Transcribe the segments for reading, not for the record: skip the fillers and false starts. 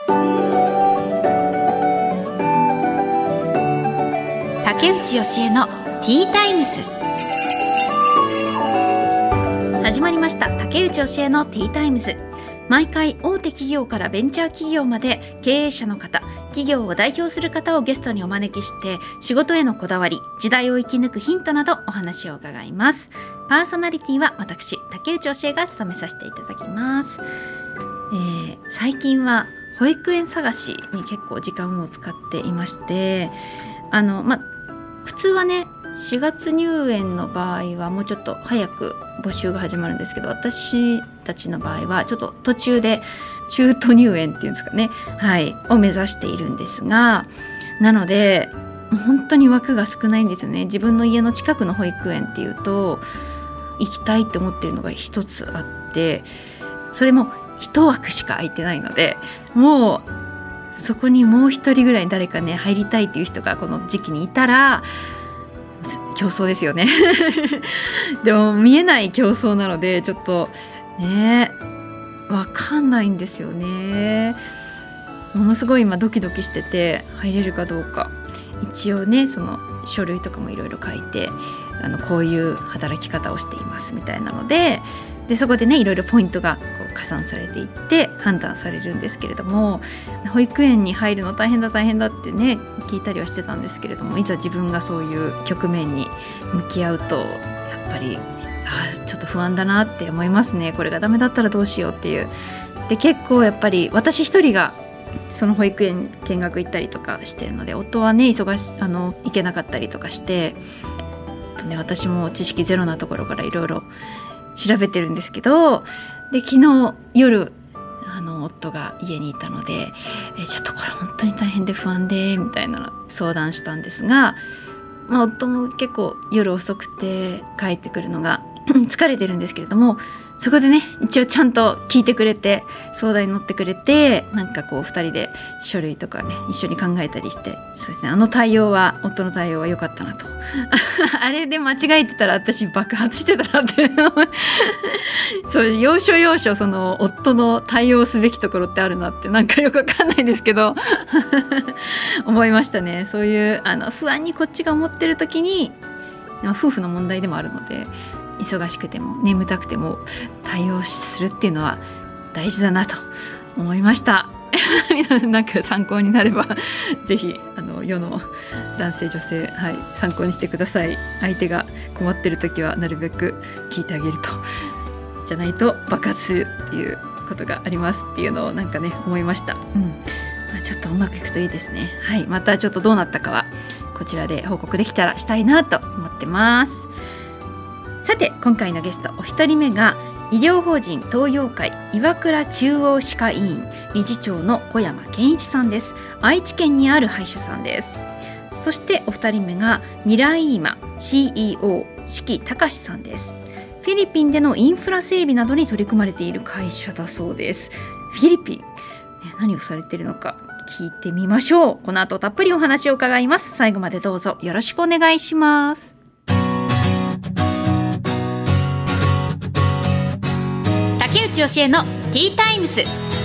竹内義恵のティータイムス。始まりました。竹内義恵のティータイムズ。毎回大手企業からベンチャー企業まで経営者の方、企業を代表する方をゲストにお招きして仕事へのこだわり、時代を生き抜くヒントなどお話を伺います。パーソナリティは私竹内義恵が務めさせていただきます。最近は保育園探しに結構時間を使っていまして、普通はね4月入園の場合はもうちょっと早く募集が始まるんですけど、私たちの場合はちょっと途中で中途入園っていうんですかね、を目指しているんですが、なので本当に枠が少ないんですよね。自分の家の近くの保育園っていうと行きたいって思ってるのが一つあって、それも一枠しか空いてないので、もうそこにもう一人ぐらい誰かね入りたいっていう人がこの時期にいたら競争ですよねでも見えない競争なのでちょっとね分かんないんですよね。ものすごい今ドキドキしてて入れるかどうか、一応ねその書類とかもいろいろ書いてこういう働き方をしていますみたいなので、そこでねいろいろポイントがこう加算されていって判断されるんですけれども、保育園に入るの大変だってね聞いたりはしてたんですけれども、いざ自分がそういう局面に向き合うとやっぱりちょっと不安だなって思いますね。これがダメだったらどうしようっていう。で結構やっぱり私一人がその保育園見学行ったりとかしてるので、夫はね行けなかったりとかして、私も知識ゼロなところからいろいろ調べてるんですけど、で昨日夜夫が家にいたのでちょっとこれ本当に大変で不安でみたいなの相談したんですが、夫も結構夜遅くて帰ってくるのが疲れてるんですけれども、そこでね一応ちゃんと聞いてくれて相談に乗ってくれて、なんかこう2人で書類とかね一緒に考えたりして、そうですね、夫の対応は良かったなとあれで間違えてたら私爆発してたなってそう要所要所その夫の対応すべきところってあるなって、なんかよくわかんないですけど思いましたね。そういう不安にこっちが思ってる時に夫婦の問題でもあるので、忙しくても眠たくても対応するっていうのは大事だなと思いましたなんか参考になればぜひ世の男性女性、参考にしてください。相手が困ってる時はなるべく聞いてあげると、じゃないと爆発するっていうことがありますっていうのをなんかね思いました。ちょっとうまくいくといいですね。またちょっとどうなったかはこちらで報告できたらしたいなと思ってます。さて今回のゲストお一人目が医療法人東洋会岩倉中央歯科医院理事長の小山健一さんです。愛知県にある歯医者さんです。そしてお二人目がミライーマ CEO 四季隆さんです。フィリピンでのインフラ整備などに取り組まれている会社だそうです。フィリピン、何をされているのか聞いてみましょう。この後たっぷりお話を伺います。最後までどうぞよろしくお願いします。竹内義恵のティータイムス。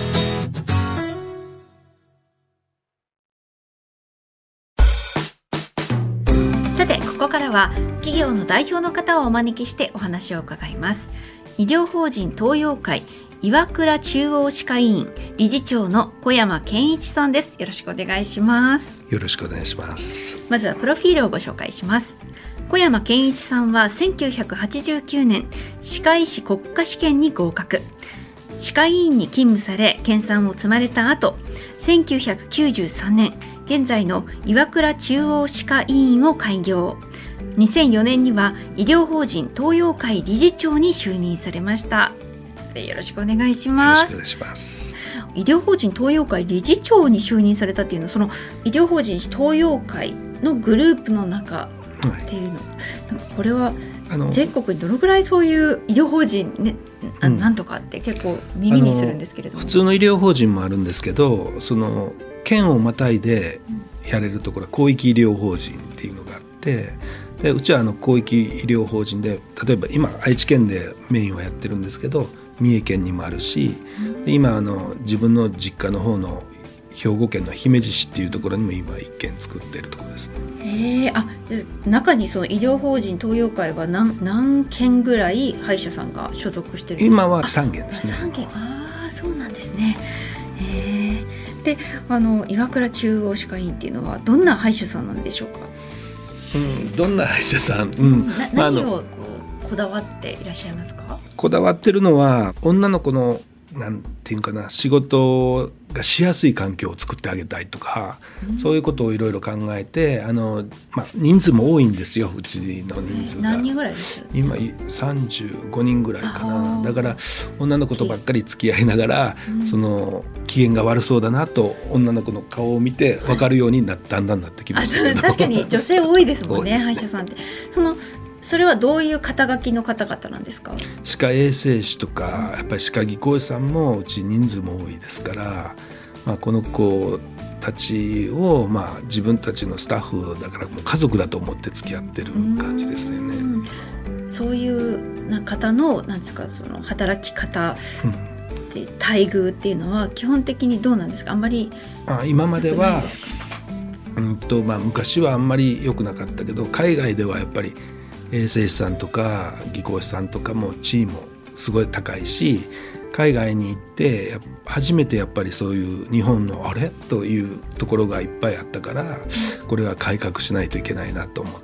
さてここからは企業の代表の方をお招きしてお話を伺います。医療法人東洋会岩倉中央歯科医院理事長の小山健一さんです。よろしくお願いします。 よろしくお願いします。 まずはプロフィールをご紹介します。小山健一さんは1989年歯科医師国家試験に合格。歯科医院に勤務され研鑽を積まれた後、1993年現在の岩倉中央歯科医院を開業。2004年には医療法人東洋会理事長に就任されました。よろしくお願いします。 よろしくお願いします。 医療法人東洋会理事長に就任されたっていうのは、その医療法人東洋会のグループの中っていうの、なんかこれは全国にどのくらいそういう医療法人、ね、なんとかって結構耳にするんですけれども、 普通の医療法人もあるんですけど、その県をまたいでやれるところは広域医療法人っていうのがあって、でうちは広域医療法人で、例えば今愛知県でメインをやってるんですけど、三重県にもあるし、で今自分の実家の方の兵庫県の姫路市っていうところにも今1軒作っているところですね。 中にその医療法人東洋会は何軒ぐらい歯医者さんが所属してるんですか？ 今は3軒ですね。 3軒、そうなんですね。で岩倉中央歯科医院っていうのはどんな歯医者さんなんでしょうか？ どんな歯医者さん、 何をこだわっていらっしゃいますか？ こだわってるのは女の子のなんていうかな、仕事がしやすい環境を作ってあげたいとか、そういうことをいろいろ考えて人数も多いんですよ。うちの人数が何人ぐらいいらっしゃるんですか？ 今35人ぐらいかな。だから女の子とばっかり付き合いながら、その機嫌が悪そうだなと女の子の顔を見て分かるようにだんだんなってきましたけど確かに女性多いですもんね多いですね。 歯医者さんってそれはどういう肩書きの方々なんですか？ 歯科衛生士とかやっぱり歯科技工士さんもうち人数も多いですから、この子たちを自分たちのスタッフだからもう家族だと思って付き合ってる感じですよね。 そういう方のなんですか、その働き方、待遇っていうのは基本的にどうなんですか？あんまり今までは良くないですか？ 昔はあんまり良くなかったけど、海外ではやっぱり衛生士さんとか技工士さんとかも地位もすごい高いし、海外に行って初めてやっぱりそういう日本のあれというところがいっぱいあったから、これは改革しないといけないなと思って、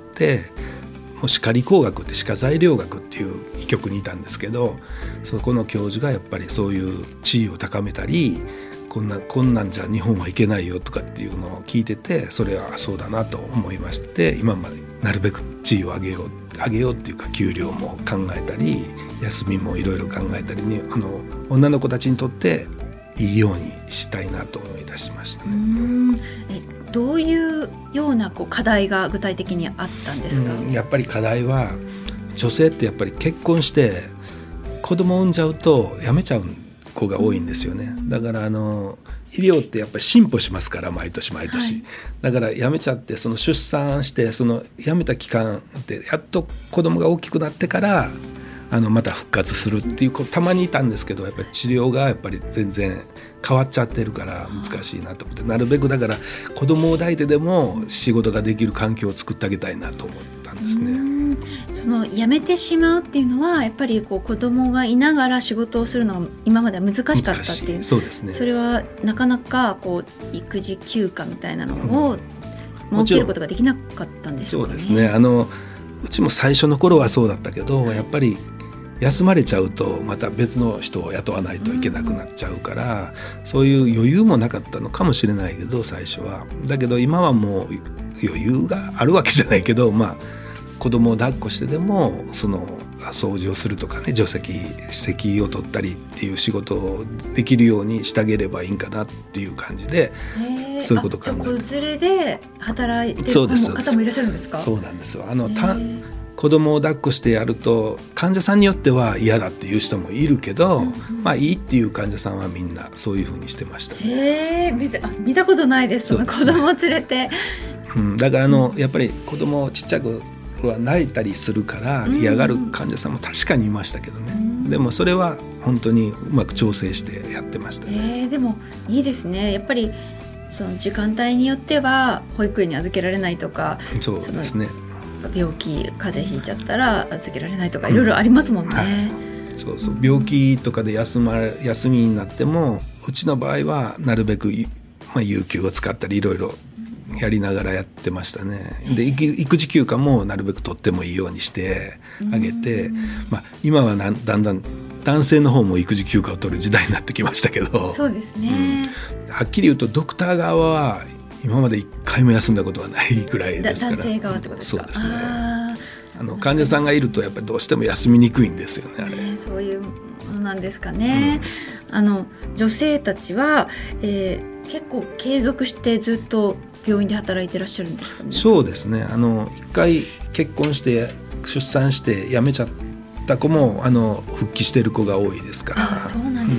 もう歯科理工学って歯科材料学っていう医局にいたんですけど、そこの教授がやっぱりそういう地位を高めたり、こんなんじゃ日本はいけないよとかっていうのを聞いてて、それはそうだなと思いまして、今までなるべく地位を上げようっていうか、給料も考えたり休みもいろいろ考えたりに女の子たちにとっていいようにしたいなと思い出しましたね。 どういうような課題が具体的にあったんですか？ やっぱり課題は、女性ってやっぱり結婚して子供を産んじゃうと辞めちゃう子が多いんですよね。だから医療ってやっぱり進歩しますから、毎年、だから辞めちゃって、その出産してその辞めた期間ってやっと子供が大きくなってからまた復活するっていう子たまにいたんですけど、やっぱり治療がやっぱり全然変わっちゃってるから難しいなと思って、なるべくだから子供を抱いてでも仕事ができる環境を作ってあげたいなと思ったんですね。 その辞めてしまうっていうのはやっぱり子供がいながら仕事をするのが今までは難しかったっていう。 そうですね。 それはなかなか育児休暇みたいなのを設けることができなかったんですかね。 そうですね。うちも最初の頃はそうだったけど、やっぱり休まれちゃうとまた別の人を雇わないといけなくなっちゃうから、そういう余裕もなかったのかもしれないけど最初は。だけど今はもう余裕があるわけじゃないけど、子供を抱っこしてでもその掃除をするとかね、除籍席を取ったりっていう仕事をできるようにしてあげればいいんかなっていう感じで、そういうことを考えて。 子連れで働いてる方もいらっしゃるんですか？ そうなんですよ。子供を抱っこしてやると患者さんによっては嫌だっていう人もいるけど、いいっていう患者さんはみんなそういうふうにしてましたね。 見たことないです。その子供を連れて、 だからやっぱり子供ちっちゃくは泣いたりするから嫌がる患者さんも確かにいましたけどね。でもそれは本当にうまく調整してやってましたね。 でもいいですね。やっぱりその時間帯によっては保育園に預けられないとか、 そうですね、 病気風邪ひいちゃったら預けられないとかいろいろありますもんね。 そう病気とかで休みになっても、うちの場合はなるべく、有給を使ったりいろいろやりながらやってましたね。で育児休暇もなるべく取ってもいいようにしてあげて、今はだんだん男性の方も育児休暇を取る時代になってきましたけど、 そうですね、 はっきり言うとドクター側は今まで1回も休んだことはないぐらいですから。 男性側ってことですか？ そうですね。患者さんがいるとやっぱりどうしても休みにくいんですよね、あれ。 そういうものなんですかね。女性たちは、結構継続してずっと病院で働いてらっしゃるんですかね？ そうですね。一回結婚して出産して辞めちゃった子も復帰してる子が多いですから。 そうなんです、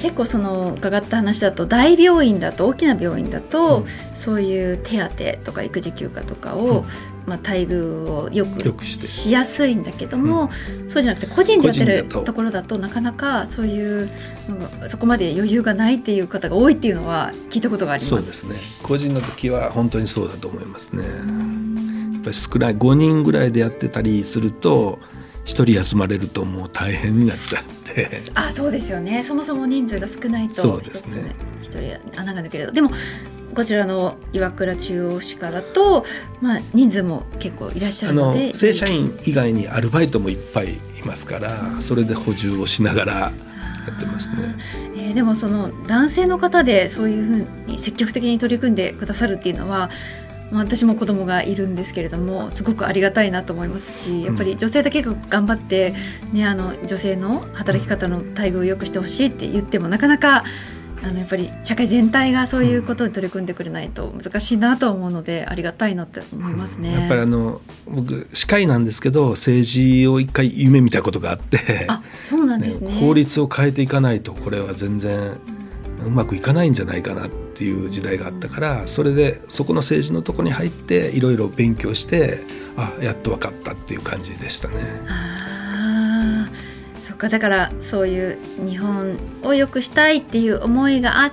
結構その伺った話だと大病院だと大きな病院だと、そういう手当とか育児休暇とかを、待遇をよくしやすいんだけども、そうじゃなくて個人でやってるところだとなかなかそういうそこまで余裕がないっていう方が多いっていうのは聞いたことがあります。 そうですね、個人の時は本当にそうだと思いますね。やっぱり少ない5人ぐらいでやってたりすると1人休まれるともう大変になっちゃって。 そうですよね、そもそも人数が少ないと。 そうですね、 1人穴が抜けると。でもこちらの岩倉中央歯科だと、人数も結構いらっしゃるので、 正社員以外にアルバイトもいっぱいいますから、それで補充をしながらやってますね。 でもその男性の方でそういうふうに積極的に取り組んでくださるっていうのは、私も子供がいるんですけれどもすごくありがたいなと思いますし、やっぱり女性だけが頑張って、女性の働き方の待遇を良くしてほしいって言ってもなかなかやっぱり社会全体がそういうことに取り組んでくれないと難しいなと思うので、ありがたいなって思いますね。 やっぱり僕歯科医なんですけど政治を一回夢見たことがあって、 そうなんですね。 法律を変えていかないとこれは全然うまくいかないんじゃないかなっていう時代があったから、それでそこの政治のところに入っていろいろ勉強して、やっと分かったっていう感じでしたね。 だからそういう日本を良くしたいっていう思いがあって、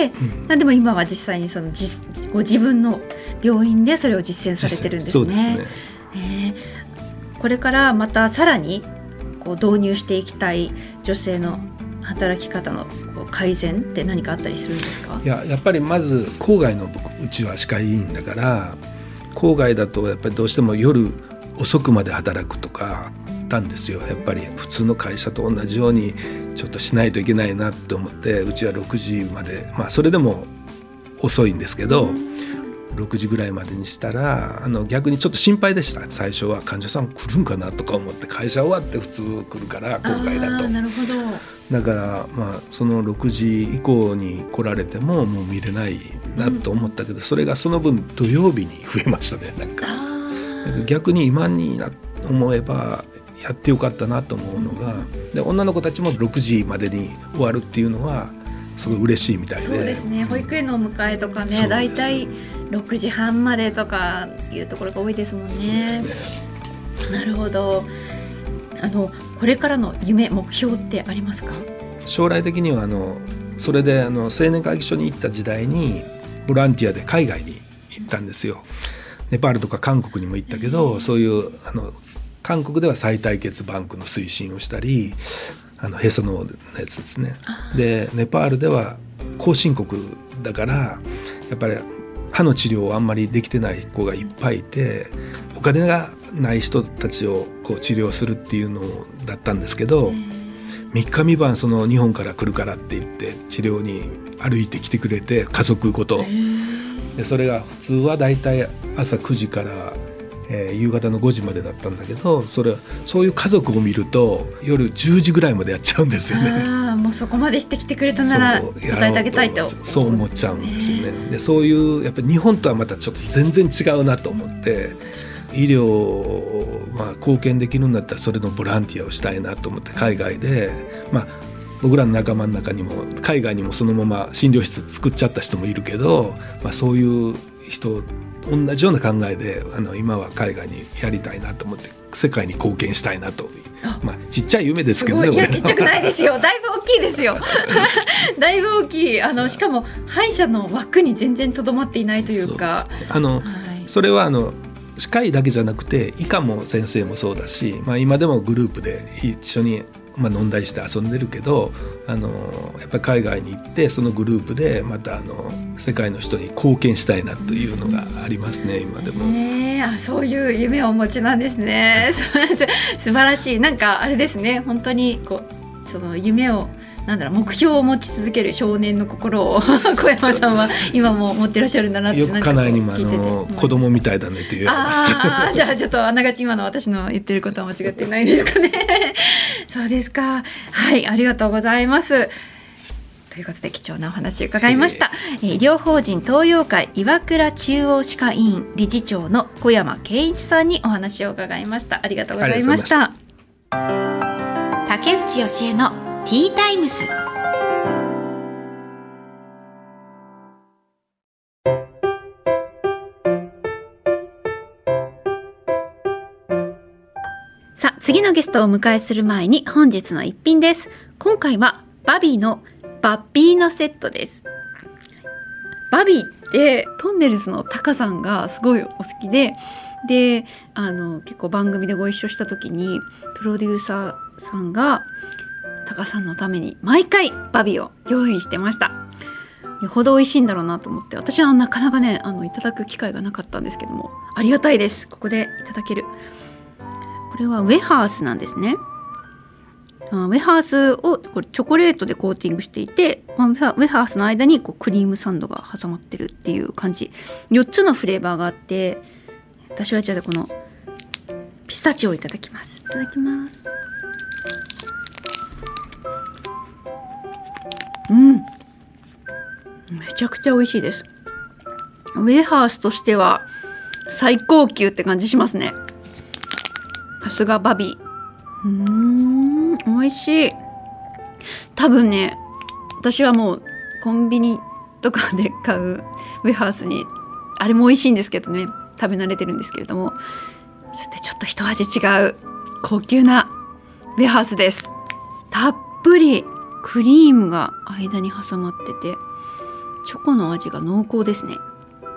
でも今は実際にご自分の病院でそれを実践されてるんですね。 そうですね。 これからまたさらに導入していきたい女性の働き方の改善って何かあったりするんですか？ やっぱりまず郊外のうちは歯科医院だから、郊外だとやっぱりどうしても夜遅くまで働くとかたんですよ。やっぱり普通の会社と同じようにちょっとしないといけないなと思って、うちは6時まで、それでも遅いんですけど、6時ぐらいまでにしたら逆にちょっと心配でした。最初は患者さん来るんかなとか思って、会社終わって普通来るから郊外だと。 なるほど。 だからその6時以降に来られてももう見れないなと思ったけど、それがその分土曜日に増えましたね。逆に今に思えばやってよかったなと思うのが、で女の子たちも6時までに終わるっていうのはすごい嬉しいみたいで。 そうですね、保育園のお迎えとかね、だいたい6時半までとかいうところが多いですもんね。 そうですね。 なるほど。これからの夢目標ってありますか？ 将来的にはそれで青年会議所に行った時代にボランティアで海外に行ったんですよ。ネパールとか韓国にも行ったけど、そういう韓国では再対決バンクの推進をしたり、へそのやつですね。でネパールでは後進国だからやっぱり歯の治療をあんまりできてない子がいっぱいいて、お金がない人たちを治療するっていうのだったんですけど、3日3晩日本から来るからって言って治療に歩いてきてくれて、家族ごとで、それが普通はだいたい朝9時から、夕方の5時までだったんだけど、そういう家族を見ると夜10時ぐらいまでやっちゃうんですよね。 もうそこまでしてきてくれたなら答えてあげたいとそう思っちゃうんですよね。でそういうやっぱり日本とはまたちょっと全然違うなと思って、医療を貢献できるんだったらそれのボランティアをしたいなと思って、海外で僕らの仲間の中にも海外にもそのまま診療室作っちゃった人もいるけど、そういう人同じような考えで今は海外にやりたいなと思って、世界に貢献したいなと。ちっちゃい夢ですけどね。 いやちっちゃくないですよ。だいぶ大きいですよ。だいぶ大きい。しかも歯医者の枠に全然とどまっていないというか、 それは歯科医だけじゃなくて医科も先生もそうだし、今でもグループで一緒に飲んだりして遊んでるけど、やっぱり海外に行ってそのグループでまた世界の人に貢献したいなというのがありますね、今でも。 そういう夢をお持ちなんですね。素晴らしい。なんかあれですね、本当にその夢を目標を持ち続ける少年の心を小山さんは今も持ってらっしゃるんだなって。 よく家内にも子供みたいだねって言われました。 じゃあちょっとあながち今の私の言ってることは間違ってないですかね。そうですか。はい、ありがとうございます。ということで貴重なお話を伺いました。医療法人東洋会岩倉中央歯科医院理事長の小山健一さんにお話を伺いました。ありがとうございました。竹内義恵のティータイムス。 さあ、次のゲストをお迎えする前に本日の一品です。今回はバビーのバッピーノセットです。バビーってトンネルズのタカさんがすごいお好きで、結構番組でご一緒した時にプロデューサーさんがタカさんのために毎回バビーを用意してました。よほど美味しいんだろうなと思って、私はなかなかねいただく機会がなかったんですけども、ありがたいです。ここでいただける。これはウェハースなんですね。ウェハースをこれチョコレートでコーティングしていて、ウェハースの間にクリームサンドが挟まってるっていう感じ。4つのフレーバーがあって、私はじゃあこのピスタチオをいただきます。いただきます。めちゃくちゃ美味しいです。ウェハースとしては最高級って感じしますね。さすがバビー。美味しい。多分ね、私はもうコンビニとかで買うウェハースに、あれも美味しいんですけどね、食べ慣れてるんですけれども、そしてちょっと一味違う高級なウェハースです。たっぷりクリームが間に挟まってて、チョコの味が濃厚ですね。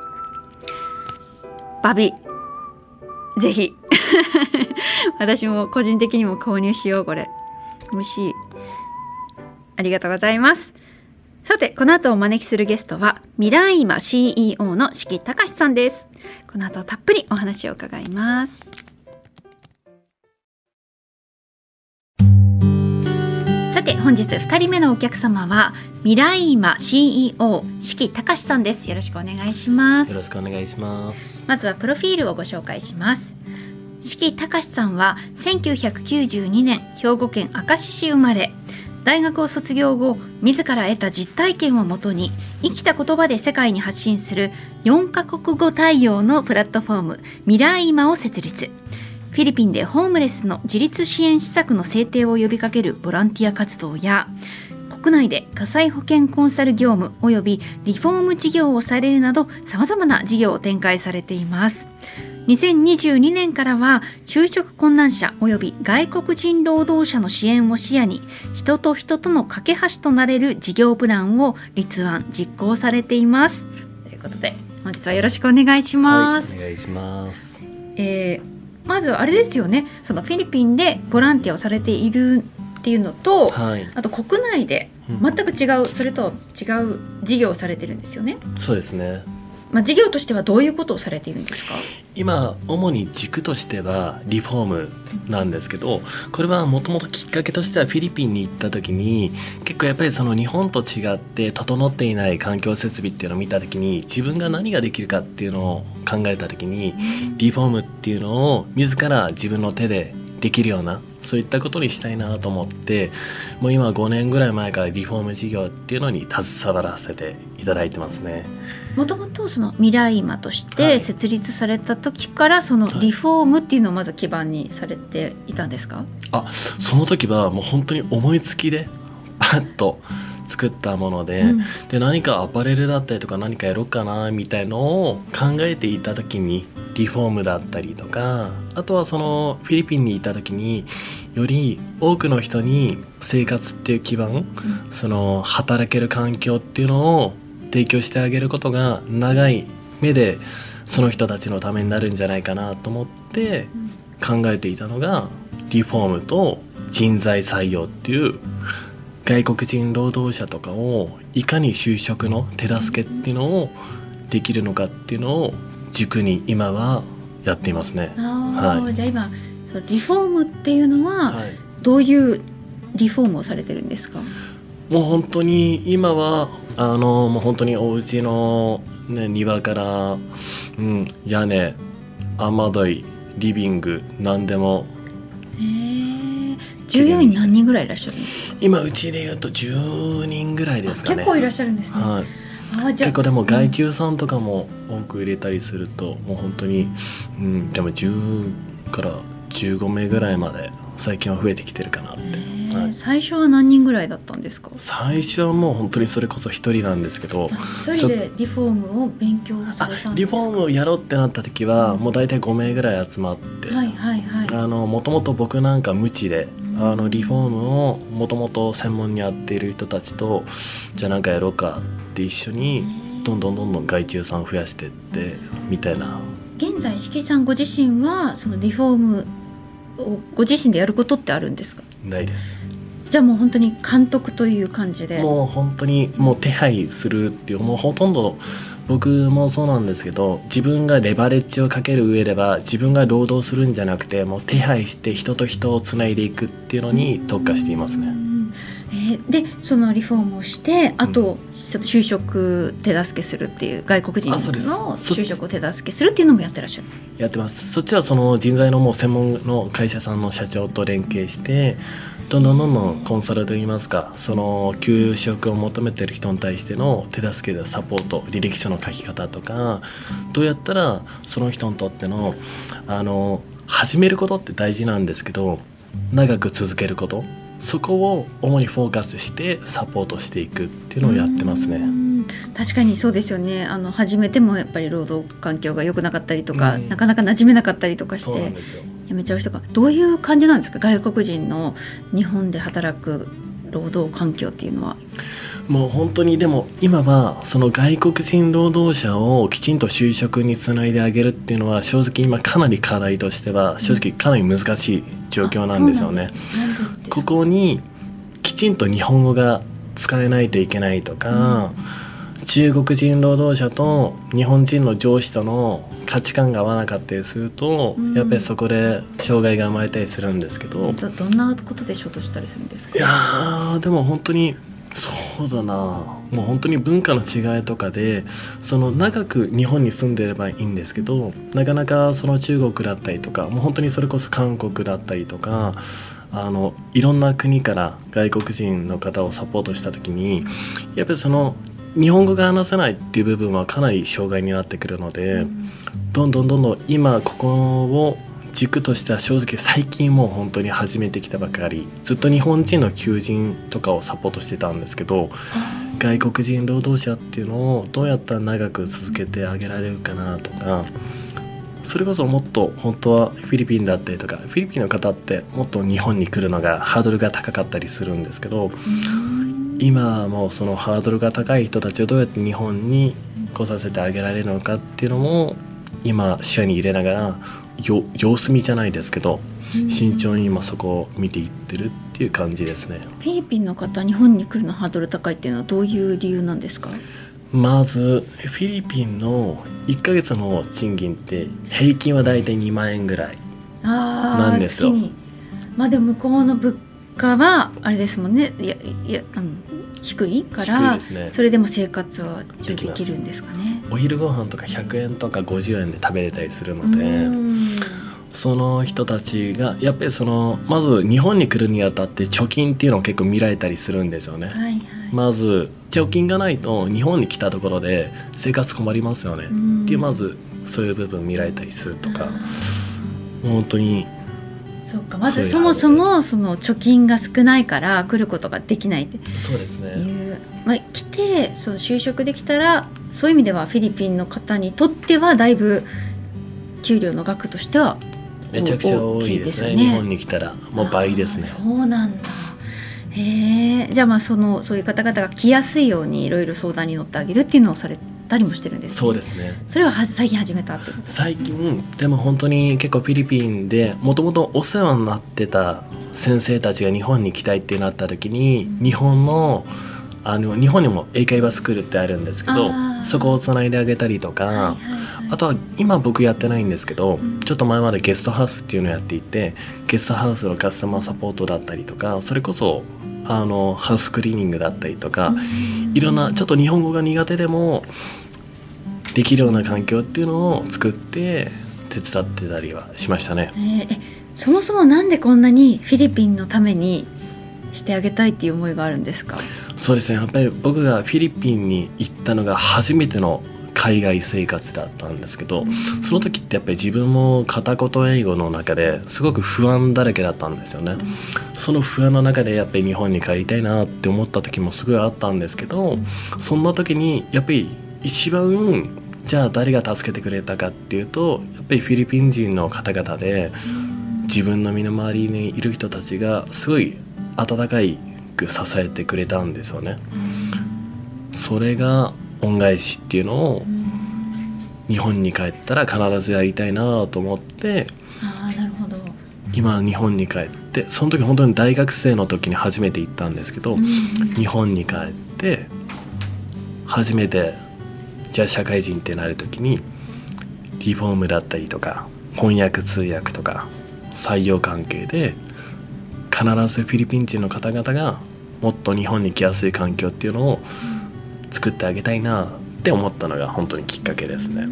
バビー、ぜひ私も個人的にも購入しよう。これ美味しい。ありがとうございます。さて、この後お招きするゲストはミライマ CEO の四季隆さんです。この後たっぷりお話を伺います。さて、本日2人目のお客様はミライマ CEO 四季隆さんです。よろしくお願いします。 よろしくお願いします。 まずはプロフィールをご紹介します。四季隆さんは1992年兵庫県明石市生まれ、大学を卒業後自ら得た実体験をもとに生きた言葉で世界に発信する4カ国語対応のプラットフォームミライマを設立。フィリピンでホームレスの自立支援施策の制定を呼びかけるボランティア活動や、国内で火災保険コンサル業務およびリフォーム事業をされるなど、さまざまな事業を展開されています。2022年からは就職困難者および外国人労働者の支援を視野に、人と人との架け橋となれる事業プランを立案実行されています。ということで本日はよろしくお願いします。 はい、お願いします。 まずあれですよね、そのフィリピンでボランティアをされているっていうのと、あと国内で全く違う、それと違う事業をされてるんですよね。 そうですね。 事業としてはどういうことをされているんですか？ 今主に軸としてはリフォームなんですけど、これはもともときっかけとしてはフィリピンに行った時に、結構やっぱりその日本と違って整っていない環境設備っていうのを見た時に、自分が何ができるかっていうのを考えた時に、リフォームっていうのを自ら自分の手でできるような、そういったことにしたいなと思って、もう今5年ぐらい前からリフォーム事業っていうのに携わらせていただいてますね。 もともとそのミライマとして設立された時から、そのリフォームっていうのをまず基盤にされていたんですか？ その時はもう本当に思いつきでパッと作ったもので、で何かアパレルだったりとか何かやろうかなみたいのを考えていた時に、リフォームだったりとか、あとはそのフィリピンにいた時により多くの人に生活っていう基盤、その働ける環境っていうのを提供してあげることが長い目でその人たちのためになるんじゃないかなと思って考えていたのが、リフォームと人材採用っていう、外国人労働者とかをいかに就職の手助けっていうのをできるのかっていうのを軸に今はやっていますね。 じゃあ今リフォームっていうのはどういうリフォームをされてるんですか？ もう本当に今はもう本当にお家の、庭から、屋根、雨どい、リビング、何でも。 従業員何人ぐらいいらっしゃるんですか？ 今うちでいうと10人ぐらいですかね。 結構いらっしゃるんですね。 結構でも外注さんとかも多く入れたりすると、もう本当に、でも10から15名ぐらいまで最近は増えてきてるかなって。 はい、 最初は何人ぐらいだったんですか？ 最初はもう本当にそれこそ一人なんですけど、 一人でリフォームを勉強されたんですか？ リフォームをやろうってなった時はもう大体5名ぐらい集まって、 はいはいはい、 もともと僕なんか無知でリフォームをもともと専門にやっている人たちとじゃあなんかやろうかって一緒にどんどん外注さん増やしていってみたいな。 現在四季さんご自身はそのリフォームをご自身でやることってあるんですか？ ないです。 じゃあもう本当に監督という感じで、 もう本当にもう手配するっていう、もうほとんど僕もそうなんですけど、自分がレバレッジをかける上では自分が労働するんじゃなくてもう手配して人と人をつないでいくっていうのに特化していますね。 でそのリフォームをしてあとちょっと就職手助けするっていう、外国人の就職を手助けするっていうのもやってらっしゃる？ やってます。そっちはその人材のもう専門の会社さんの社長と連携してどんどんコンサルといいますか、その求職を求めている人に対しての手助けでサポート、履歴書の書き方とか、どうやったらその人にとっての始めることって大事なんですけど長く続けること、そこを主にフォーカスしてサポートしていくっていうのをやってますね。 確かにそうですよね。始めてもやっぱり労働環境が良くなかったりとか、なかなか馴染めなかったりとかして辞めちゃう人がどういう感じなんですか？外国人の日本で働く労働環境っていうのは。 もう本当にでも今はその外国人労働者をきちんと就職につないであげるっていうのは正直今かなり課題としては正直かなり難しい状況なんですよね。ここにきちんと日本語が使えないといけないとか、中国人労働者と日本人の上司との価値観が合わなかったりすると、やっぱりそこで障害が生まれたりするんですけど、 どんなことで衝突したりするんですか？ いやでも本当にそうだな、もう本当に文化の違いとかでその長く日本に住んでいればいいんですけど、なかなかその中国だったりとかもう本当にそれこそ韓国だったりとかいろんな国から外国人の方をサポートした時にやっぱりその日本語が話せないっていう部分はかなり障害になってくるので、どんどん今ここを軸としては正直最近もう本当に始めてきたばかり、ずっと日本人の求人とかをサポートしてたんですけど、外国人労働者っていうのをどうやったら長く続けてあげられるかなとか、それこそもっと本当はフィリピンだったりとか、フィリピンの方ってもっと日本に来るのがハードルが高かったりするんですけど、今はもうそのハードルが高い人たちをどうやって日本に来させてあげられるのかっていうのも今視野に入れながら様子見じゃないですけど慎重に今そこを見ていってるっていう感じですね。 フィリピンの方日本に来るのハードル高いっていうのはどういう理由なんですか？ まずフィリピンの1ヶ月の賃金って平均はだいたい2万円ぐらいなんですよ。 まあでも向こうの物価はあれですもんね、低いから、ですね、それでも生活はできるんですかね。 お昼ご飯とか100円とか50円で食べれたりするので、その人たちがやっぱりまず日本に来るにあたって貯金っていうのを結構見られたりするんですよね、はいはい、まず貯金がないと日本に来たところで生活困りますよねっていうまずそういう部分見られたりするとか、本当にそうか、まずそもそもその貯金が少ないから来ることができないってそうですね、 来てそう就職できたらそういう意味ではフィリピンの方にとってはだいぶ給料の額としてはめちゃくちゃ多いですね。日本に来たらもう倍ですね。 そうなんだ。じゃあそういう方々が来やすいようにいろいろ相談に乗ってあげるっていうのをされたりもしてるんですね。 そうですね。 それは最近始めたってこと？ 最近でも本当に結構フィリピンでもともとお世話になってた先生たちが日本に来たいってなった時に、日本にも英会話スクールってあるんですけど、そこをつないであげたりとか、あとは今僕やってないんですけど、ちょっと前までゲストハウスっていうのをやっていて、ゲストハウスのカスタマーサポートだったりとか、それこそハウスクリーニングだったりとか、いろんなちょっと日本語が苦手でもできるような環境っていうのを作って手伝ってたりはしましたね。 そもそもなんでこんなにフィリピンのためにしてあげたいっていう思いがあるんですか？ そうですね、やっぱり僕がフィリピンに行ったのが初めての海外生活だったんですけど、その時ってやっぱり自分も片言英語の中ですごく不安だらけだったんですよね。その不安の中でやっぱり日本に帰りたいなって思った時もすごいあったんですけど、そんな時にやっぱり一番じゃあ誰が助けてくれたかっていうと、やっぱりフィリピン人の方々で、自分の身の回りにいる人たちがすごい温かく支えてくれたんですよね。それが恩返しっていうのを日本に帰ったら必ずやりたいなと思って、 なるほど。 今日本に帰って、その時本当に大学生の時に初めて行ったんですけど、日本に帰って初めてじゃあ社会人ってなる時にリフォームだったりとか翻訳通訳とか採用関係で必ずフィリピン人の方々がもっと日本に来やすい環境っていうのを作ってあげたいなって思ったのが本当にきっかけですね。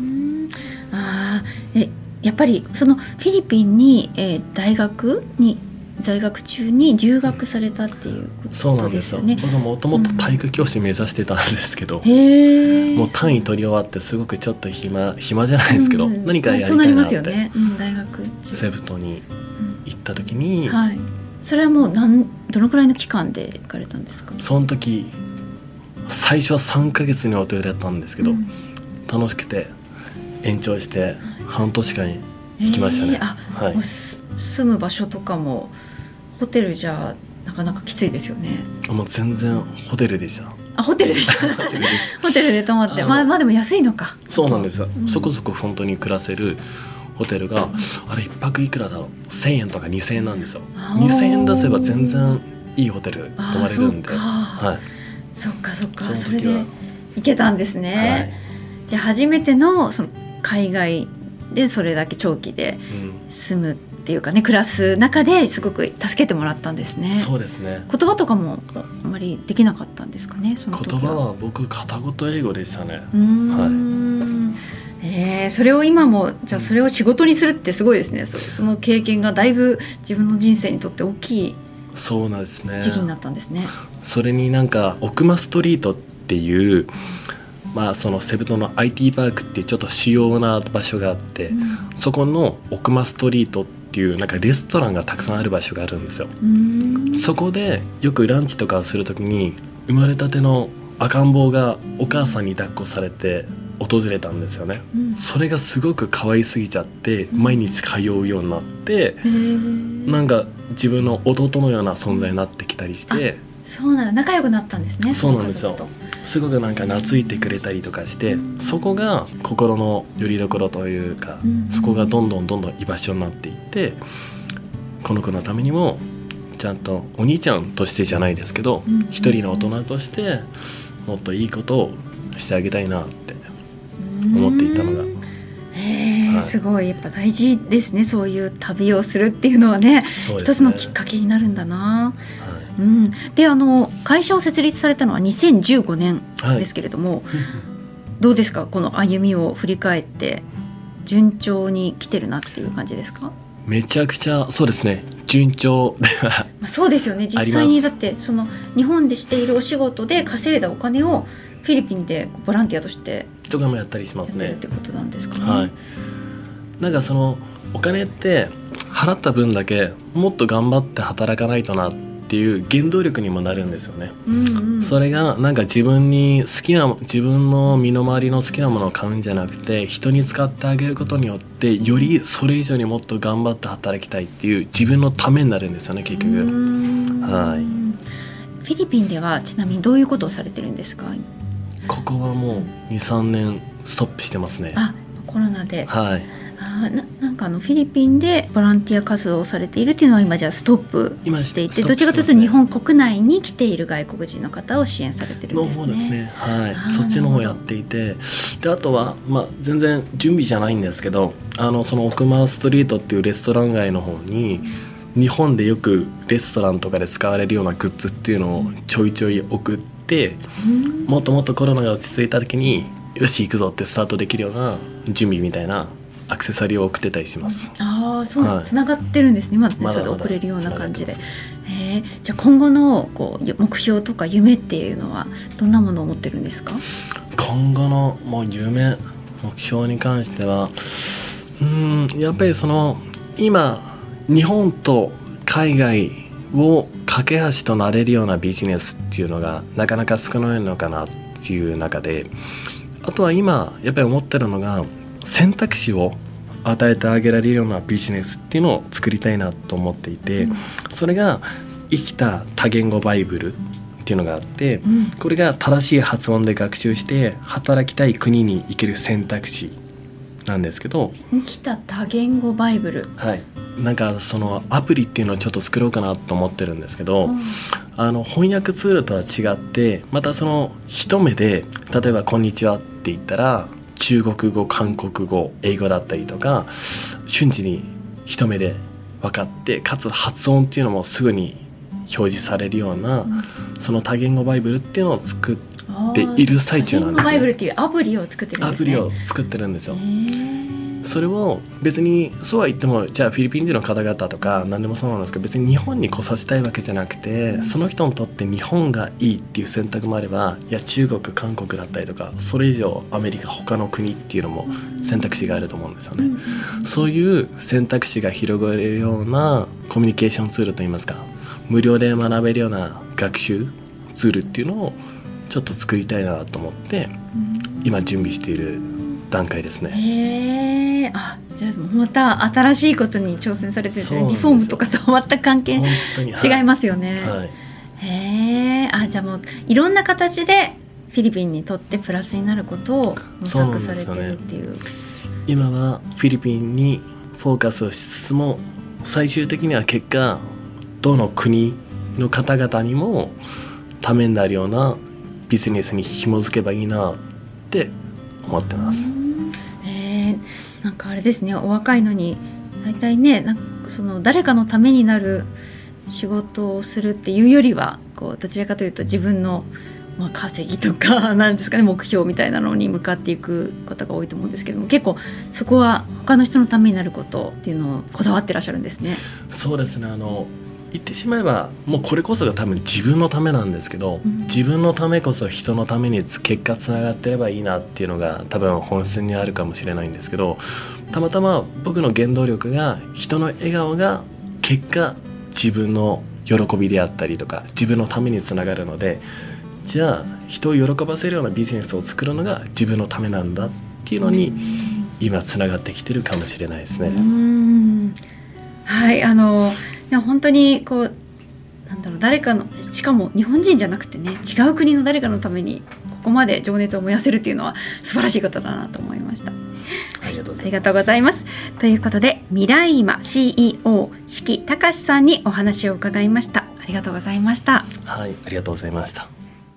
やっぱりそのフィリピンに、大学に在学中に留学されたっていうことですよね。 そうなんですよ。僕はもともと体育教師目指してたんですけど、 もう単位取り終わってすごくちょっと暇じゃないですけど、何かやりたいなって、 そうなりますよね。大学中セブ島に行った時に、 それはもうどのくらいの期間で行かれたんですか？ その時最初は3ヶ月の予定だったんですけど、楽しくて延長して半年間行きましたね。 もう住む場所とかもホテルじゃなかなかきついですよね。 もう全然ホテルでした。 ホテルでしたホテルで泊まって、まあでも安いのか。そうなんです、そこそこ本当に暮らせるホテルが、あれ1泊いくらだろう、1000円とか2000円なんですよ。2000円出せば全然いいホテル泊まれるんで。 そっかそれで行けたんですね。じゃあ初めてのその海外でそれだけ長期で住むっていうかね、暮らす中ですごく助けてもらったんですね。 そうですね。 言葉とかもあまりできなかったんですかね、その時は。 言葉は僕片言英語でしたね。 それを今もじゃあそれを仕事にするってすごいですね。その経験がだいぶ自分の人生にとって大きいそうなんですね。 時期になったんですね。 それになんか奥間ストリートっていうそのセブ島の IT パークっていうちょっと主要な場所があって、そこの奥間ストリートっていうなんかレストランがたくさんある場所があるんですよ。そこでよくランチとかをするときに生まれたての赤ん坊がお母さんに抱っこされて訪れたんですよね。それがすごく可愛すぎちゃって毎日通うようになって、なんか自分の弟のような存在になってきたりして。 そうなんだ、仲良くなったんですね。 そうなんですよ。すごくなんか懐いてくれたりとかして、そこが心の拠り所というか、そこがどんどん居場所になっていって、この子のためにもちゃんとお兄ちゃんとしてじゃないですけど、一人の大人としてもっといいことをしてあげたいなって思っていたのが、 すごいやっぱ大事ですね。そういう旅をするっていうのはね、一つのきっかけになるんだな。で会社を設立されたのは2015年ですけれども、どうですか、この歩みを振り返って順調に来てるなっていう感じですか？ めちゃくちゃそうですね、順調ではそうですよね。実際にだってその日本でしているお仕事で稼いだお金をフィリピンでボランティアとしてとかもやったりしますね。 ってことなんですかね。 なんかそのお金って払った分だけもっと頑張って働かないとなっていう原動力にもなるんですよね。それがなんか自分の身の回りの好きなものを買うんじゃなくて、人に使ってあげることによってよりそれ以上にもっと頑張って働きたいっていう自分のためになるんですよね、結局。フィリピンではちなみにどういうことをされてるんですか？ ここはもう 2,3 年ストップしてますね。 コロナで。なんかフィリピンでボランティア活動をされているっていうのは今じゃあストップしていて、どちらかというと日本国内に来ている外国人の方を支援されてるんですね。 の方ですね。そっちの方やっていて、であとは全然準備じゃないんですけど、その奥間ストリートっていうレストラン街の方に日本でよくレストランとかで使われるようなグッズっていうのをちょいちょい送って、もっともっとコロナが落ち着いた時によし行くぞってスタートできるような準備みたいなアクセサリーを送ってたりします。 つながってるんですね。それで送れるような感じで。じゃあ今後の目標とか夢っていうのはどんなものを持ってるんですか？ 今後のもう夢目標に関してはやっぱり今日本と海外を架け橋となれるようなビジネスっていうのがなかなか少ないのかなっていう中で、あとは今やっぱり思ってるのが選択肢を与えてあげられるようなビジネスっていうのを作りたいなと思っていて、それが生きた多言語バイブルっていうのがあって、これが正しい発音で学習して働きたい国に行ける選択肢なんですけど、 生きた多言語バイブル、 はい、なんかそのアプリっていうのをちょっと作ろうかなと思ってるんですけど、翻訳ツールとは違ってまたその一目で例えばこんにちはって言ったら中国語、韓国語、英語だったりとか瞬時に一目で分かって、かつ発音っていうのもすぐに表示されるような、その多言語バイブルっていうのを作っている最中なんですね。 多言語バイブルっていうアプリを作ってるんですね。 アプリを作ってるんですよ。それを別にそうは言ってもじゃあフィリピン人の方々とか何でもそうなんですけど、別に日本に来させたいわけじゃなくて、その人にとって日本がいいっていう選択もあれば、いや中国、韓国だったりとかそれ以上アメリカ他の国っていうのも選択肢があると思うんですよね。そういう選択肢が広がるようなコミュニケーションツールといいますか、無料で学べるような学習ツールっていうのをちょっと作りたいなと思って、今準備している段階ですね。 じゃあまた新しいことに挑戦されてる、リフォームとかと全く関係違いますよね。じゃあもういろんな形でフィリピンにとってプラスになることを模索されてるっていう。 今はフィリピンにフォーカスをしつつも、最終的には結果どの国の方々にもためになるようなビジネスに紐づけばいいなって思ってます。 なんかあれですね、お若いのに大体ね、なんかその誰かのためになる仕事をするっていうよりはこうどちらかというと自分の、稼ぎとかなんですかね、目標みたいなのに向かっていく方が多いと思うんですけども、結構そこは他の人のためになることっていうのをこだわってらっしゃるんですね。 そうですね、言ってしまえばもうこれこそが多分自分のためなんですけど、自分のためこそ人のために結果つながってればいいなっていうのが多分本質にあるかもしれないんですけど、たまたま僕の原動力が人の笑顔が結果自分の喜びであったりとか自分のためにつながるので、じゃあ人を喜ばせるようなビジネスを作るのが自分のためなんだっていうのに今つながってきてるかもしれないですね。 はい、本当にこう誰かの、しかも日本人じゃなくてね、違う国の誰かのためにここまで情熱を燃やせるっていうのは素晴らしいことだなと思いました。ありがとうございます。ということでミライマ CEO 志木隆さんにお話を伺いました。ありがとうございました。 はい、ありがとうございました。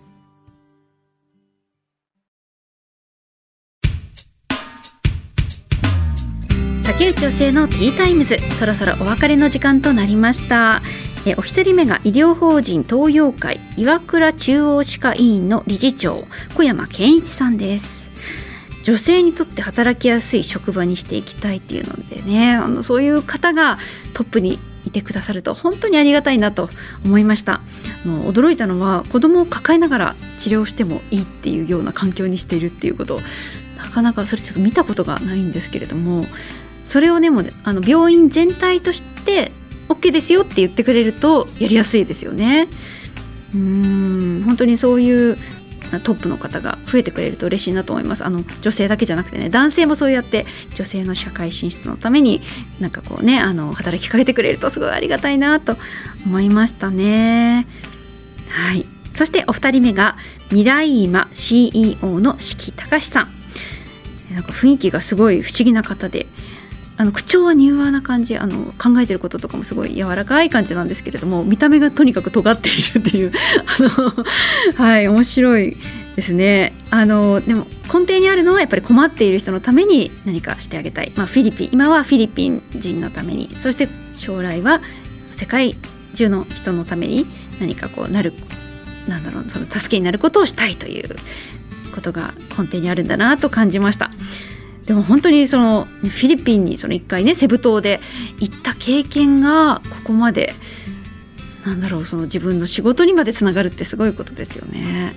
竹内教えのティータイムズ、そろそろお別れの時間となりました。お一人目が医療法人東洋会岩倉中央歯科医院の理事長小山健一さんです。女性にとって働きやすい職場にしていきたいっていうのでね、そういう方がトップにいてくださると本当にありがたいなと思いました。驚いたのは子供を抱えながら治療してもいいっていうような環境にしているっていうこと、なかなかそれちょっと見たことがないんですけれども、それをねも病院全体として OK ですよって言ってくれるとやりやすいですよね。本当にそういうトップの方が増えてくれると嬉しいなと思います。女性だけじゃなくてね、男性もそうやって女性の社会進出のためになんかこうね働きかけてくれるとすごいありがたいなと思いましたね。はい。そしてお二人目がミライマ CEO の志木隆さん。なんか雰囲気がすごい不思議な方で、口調は柔和な感じ、考えてることとかもすごい柔らかい感じなんですけれども、見た目がとにかく尖っているっていうはい、面白いですね。でも根底にあるのはやっぱり困っている人のために何かしてあげたい、今はフィリピン人のために、そして将来は世界中の人のために何かこうその助けになることをしたいということが根底にあるんだなと感じました。でも本当にフィリピンに一回ねセブ島で行った経験がここまで自分の仕事にまでつながるってすごいことですよね。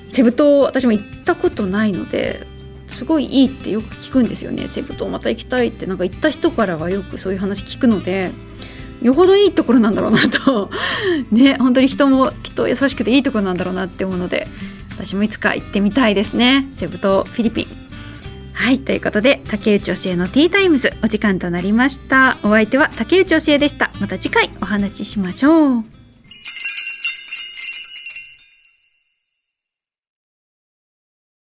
セブ島私も行ったことないのですごいいいってよく聞くんですよね。セブ島また行きたいってなんか行った人からはよくそういう話聞くので、よほどいいところなんだろうなとね、本当に人もきっと優しくていいところなんだろうなって思うので、私もいつか行ってみたいですね、セブ島フィリピン。はい、ということで竹内教えのティータイムズお時間となりました。お相手は竹内教えでした。また次回お話ししましょう。